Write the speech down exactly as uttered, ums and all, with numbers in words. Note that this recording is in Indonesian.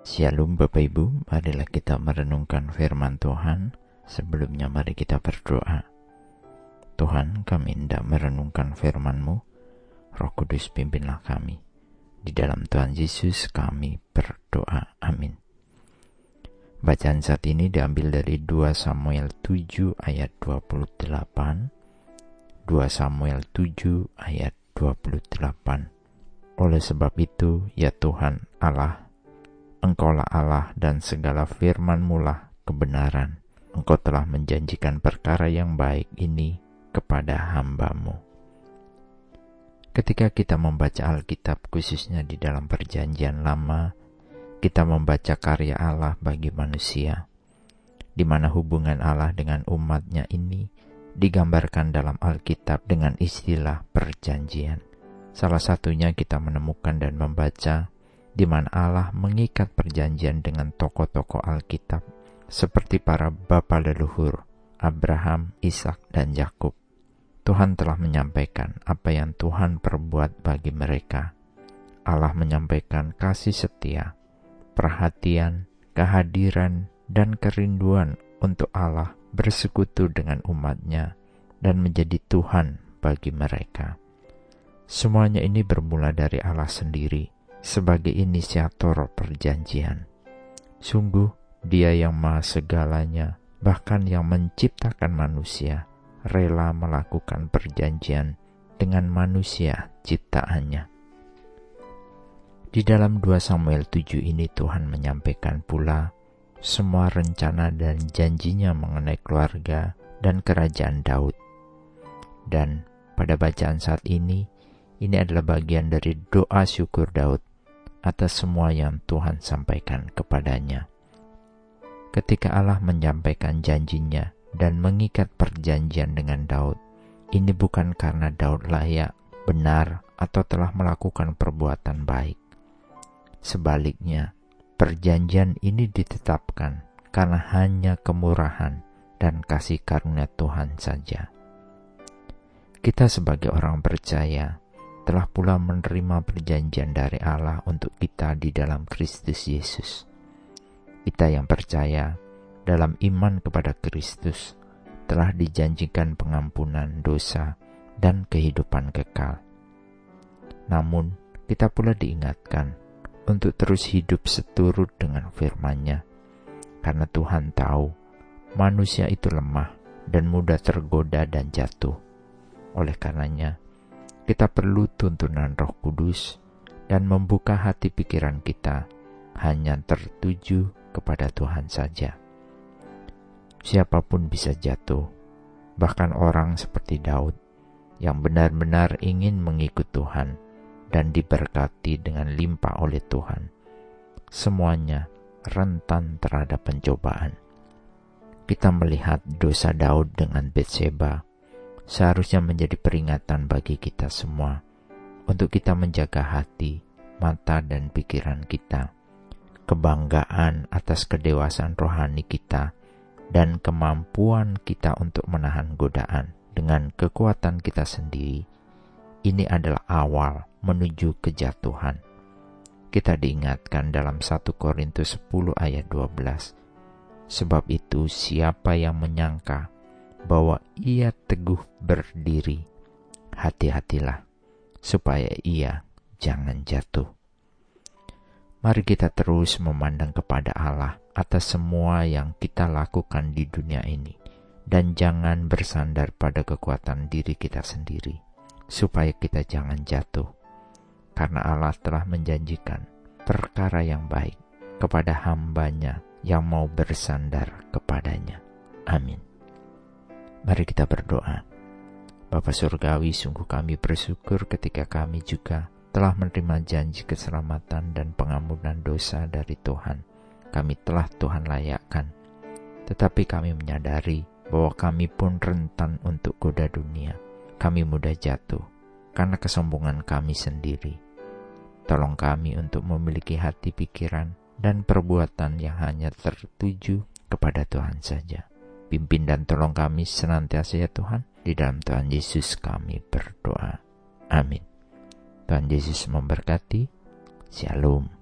Shalom Bapak Ibu, marilah kita merenungkan firman Tuhan. Sebelumnya mari kita berdoa. Tuhan, kami hendak merenungkan firman-Mu. Roh Kudus pimpinlah kami. Di dalam Tuhan Yesus kami berdoa. Amin. Bacaan saat ini diambil dari dua Samuel tujuh ayat dua puluh delapan. dua Samuel tujuh ayat dua puluh delapan. Oleh sebab itu, ya Tuhan Allah, Engkaulah Allah dan segala firman-Mu lah kebenaran. Engkau telah menjanjikan perkara yang baik ini kepada hamba-Mu. Ketika kita membaca Alkitab, khususnya di dalam Perjanjian Lama, kita membaca karya Allah bagi manusia, di mana hubungan Allah dengan umat-Nya ini digambarkan dalam Alkitab dengan istilah perjanjian. Salah satunya kita menemukan dan membaca di mana Allah mengikat perjanjian dengan tokoh-tokoh Alkitab seperti para bapa leluhur Abraham, Ishak, dan Yakub. Tuhan telah menyampaikan apa yang Tuhan perbuat bagi mereka. Allah menyampaikan kasih setia, perhatian, kehadiran, dan kerinduan untuk Allah bersekutu dengan umat-Nya dan menjadi Tuhan bagi mereka. Semuanya ini bermula dari Allah sendiri sebagai inisiator perjanjian. Sungguh, Dia yang maha segalanya, bahkan yang menciptakan manusia, rela melakukan perjanjian dengan manusia ciptaannya. Di dalam dua Samuel tujuh ini Tuhan menyampaikan pula semua rencana dan janjinya mengenai keluarga dan kerajaan Daud. Dan pada bacaan saat ini, ini adalah bagian dari doa syukur Daud atas semua yang Tuhan sampaikan kepadanya. Ketika Allah menyampaikan janjinya dan mengikat perjanjian dengan Daud, ini bukan karena Daud layak, benar, atau telah melakukan perbuatan baik. Sebaliknya, perjanjian ini ditetapkan karena hanya kemurahan dan kasih karunia Tuhan saja. Kita sebagai orang percaya telah pula menerima perjanjian dari Allah untuk kita di dalam Kristus Yesus. Kita yang percaya dalam iman kepada Kristus telah dijanjikan pengampunan dosa dan kehidupan kekal. Namun, kita pula diingatkan untuk terus hidup seturut dengan firman-Nya, karena Tuhan tahu manusia itu lemah dan mudah tergoda dan jatuh. Oleh karenanya, kita perlu tuntunan Roh Kudus dan membuka hati pikiran kita hanya tertuju kepada Tuhan saja. Siapapun bisa jatuh, bahkan orang seperti Daud yang benar-benar ingin mengikut Tuhan dan diberkati dengan limpah oleh Tuhan. Semuanya rentan terhadap pencobaan. Kita melihat dosa Daud dengan Batseba seharusnya menjadi peringatan bagi kita semua untuk kita menjaga hati, mata, dan pikiran kita, kebanggaan atas kedewasaan rohani kita, dan kemampuan kita untuk menahan godaan dengan kekuatan kita sendiri. Ini adalah awal menuju kejatuhan. Kita diingatkan dalam satu Korintus sepuluh ayat dua belas, sebab itu siapa yang menyangka bahwa ia teguh berdiri, hati-hatilah supaya ia jangan jatuh. Mari kita terus memandang kepada Allah atas semua yang kita lakukan di dunia ini, dan jangan bersandar pada kekuatan diri kita sendiri, supaya kita jangan jatuh, karena Allah telah menjanjikan perkara yang baik kepada hamba-Nya yang mau bersandar kepadanya. Amin. Mari kita berdoa. Bapa Surgawi, sungguh kami bersyukur ketika kami juga telah menerima janji keselamatan dan pengampunan dosa dari Tuhan. Kami telah Tuhan layakkan, tetapi kami menyadari bahwa kami pun rentan untuk goda dunia. Kami mudah jatuh karena kesombongan kami sendiri. Tolong kami untuk memiliki hati pikiran dan perbuatan yang hanya tertuju kepada Tuhan saja. Pimpin dan tolong kami senantiasa ya Tuhan. Di dalam Tuhan Yesus kami berdoa. Amin. Tuhan Yesus memberkati. Shalom.